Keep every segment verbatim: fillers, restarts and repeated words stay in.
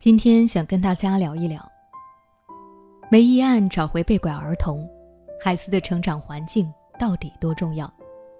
今天想跟大家聊一聊梅姨案找回被拐儿童，孩子的成长环境到底多重要。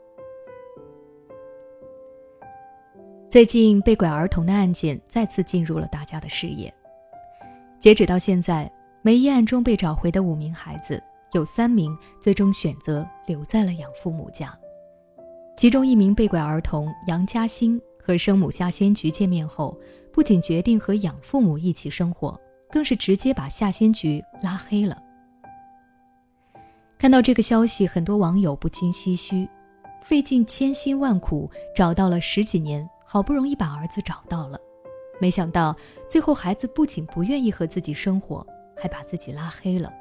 最近被拐儿童的案件再次进入了大家的视野。截止到现在，梅姨案中被找回的五名孩子，有三名最终选择留在了养父母家。其中一名被拐儿童杨嘉欣和生母夏仙菊见面后，不仅决定和养父母一起生活，更是直接把夏仙菊拉黑了。看到这个消息，很多网友不禁唏嘘，费尽千辛万苦找到了十几年，好不容易把儿子找到了，没想到最后孩子不仅不愿意和自己生活，还把自己拉黑了。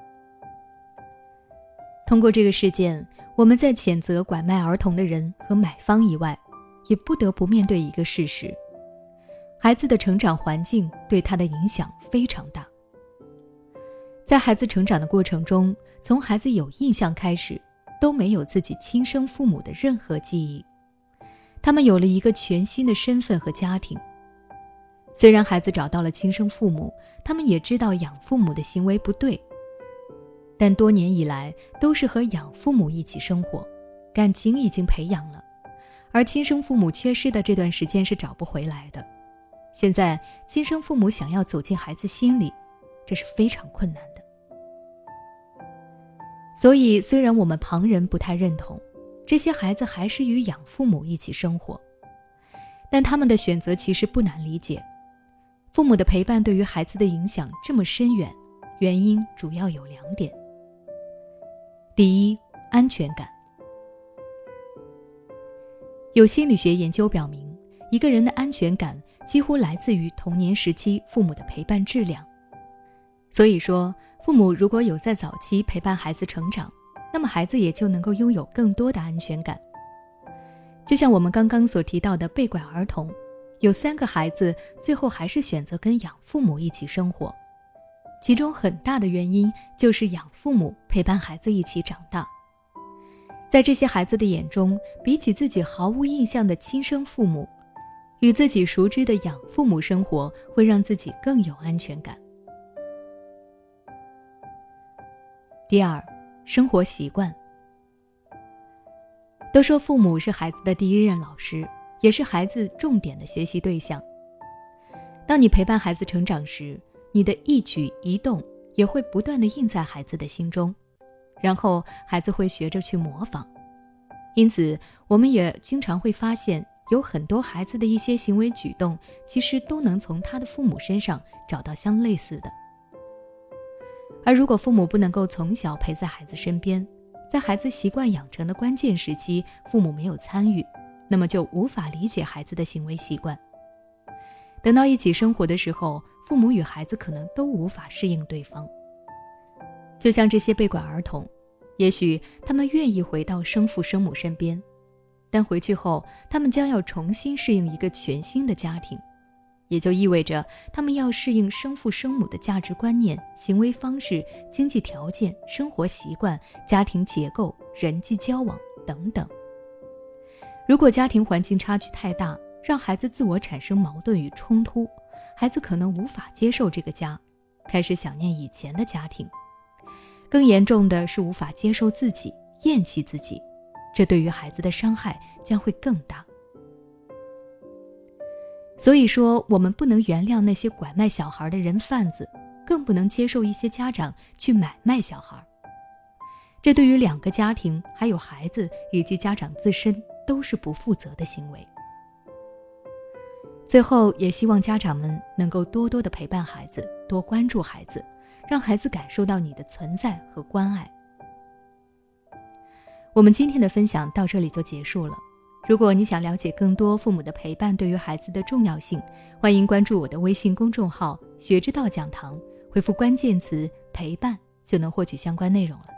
通过这个事件，我们在谴责拐卖儿童的人和买方以外，也不得不面对一个事实：孩子的成长环境对他的影响非常大。在孩子成长的过程中，从孩子有印象开始，都没有自己亲生父母的任何记忆，他们有了一个全新的身份和家庭。虽然孩子找到了亲生父母，他们也知道养父母的行为不对，但多年以来都是和养父母一起生活，感情已经培养了，而亲生父母缺失的这段时间是找不回来的。现在亲生父母想要走进孩子心里，这是非常困难的。所以虽然我们旁人不太认同，这些孩子还是与养父母一起生活，但他们的选择其实不难理解。父母的陪伴对于孩子的影响这么深远，原因主要有两点。第一，安全感。有心理学研究表明，一个人的安全感几乎来自于童年时期父母的陪伴质量。所以说，父母如果有在早期陪伴孩子成长，那么孩子也就能够拥有更多的安全感。就像我们刚刚所提到的被拐儿童，有三个孩子最后还是选择跟养父母一起生活，其中很大的原因就是养父母陪伴孩子一起长大。在这些孩子的眼中，比起自己毫无印象的亲生父母，与自己熟知的养父母生活会让自己更有安全感。第二，生活习惯。都说父母是孩子的第一任老师，也是孩子重点的学习对象。当你陪伴孩子成长时，你的一举一动也会不断地印在孩子的心中，然后孩子会学着去模仿。因此我们也经常会发现，有很多孩子的一些行为举动，其实都能从他的父母身上找到相类似的。而如果父母不能够从小陪在孩子身边，在孩子习惯养成的关键时期，父母没有参与，那么就无法理解孩子的行为习惯。等到一起生活的时候，父母与孩子可能都无法适应对方。就像这些被拐儿童，也许他们愿意回到生父生母身边，但回去后他们将要重新适应一个全新的家庭，也就意味着他们要适应生父生母的价值观念、行为方式、经济条件、生活习惯、家庭结构、人际交往等等。如果家庭环境差距太大，让孩子自我产生矛盾与冲突，孩子可能无法接受这个家，开始想念以前的家庭。更严重的是无法接受自己，厌弃自己，这对于孩子的伤害将会更大。所以说，我们不能原谅那些拐卖小孩的人贩子，更不能接受一些家长去买卖小孩。这对于两个家庭，还有孩子以及家长自身，都是不负责的行为。最后，也希望家长们能够多多的陪伴孩子，多关注孩子，让孩子感受到你的存在和关爱。我们今天的分享到这里就结束了。如果你想了解更多父母的陪伴对于孩子的重要性，欢迎关注我的微信公众号学之道讲堂，回复关键词陪伴就能获取相关内容了。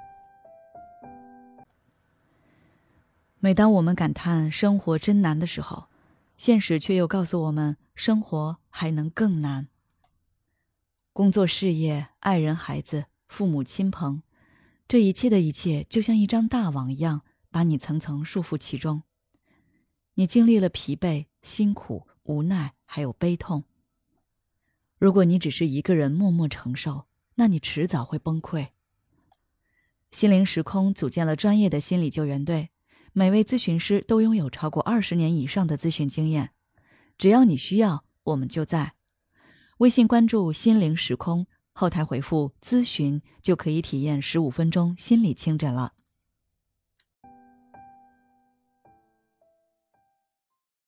每当我们感叹生活真难的时候，现实却又告诉我们，生活还能更难。工作、事业、爱人、孩子、父母亲朋，这一切的一切就像一张大网一样，把你层层束缚其中。你经历了疲惫、辛苦、无奈，还有悲痛。 如果你只是一个人默默承受，那你迟早会崩溃。心灵时空组建了专业的心理救援队，每位咨询师都拥有超过二十年以上的咨询经验。只要你需要，我们就在。微信关注心灵时空，后台回复咨询就可以体验十五分钟心理清诊了。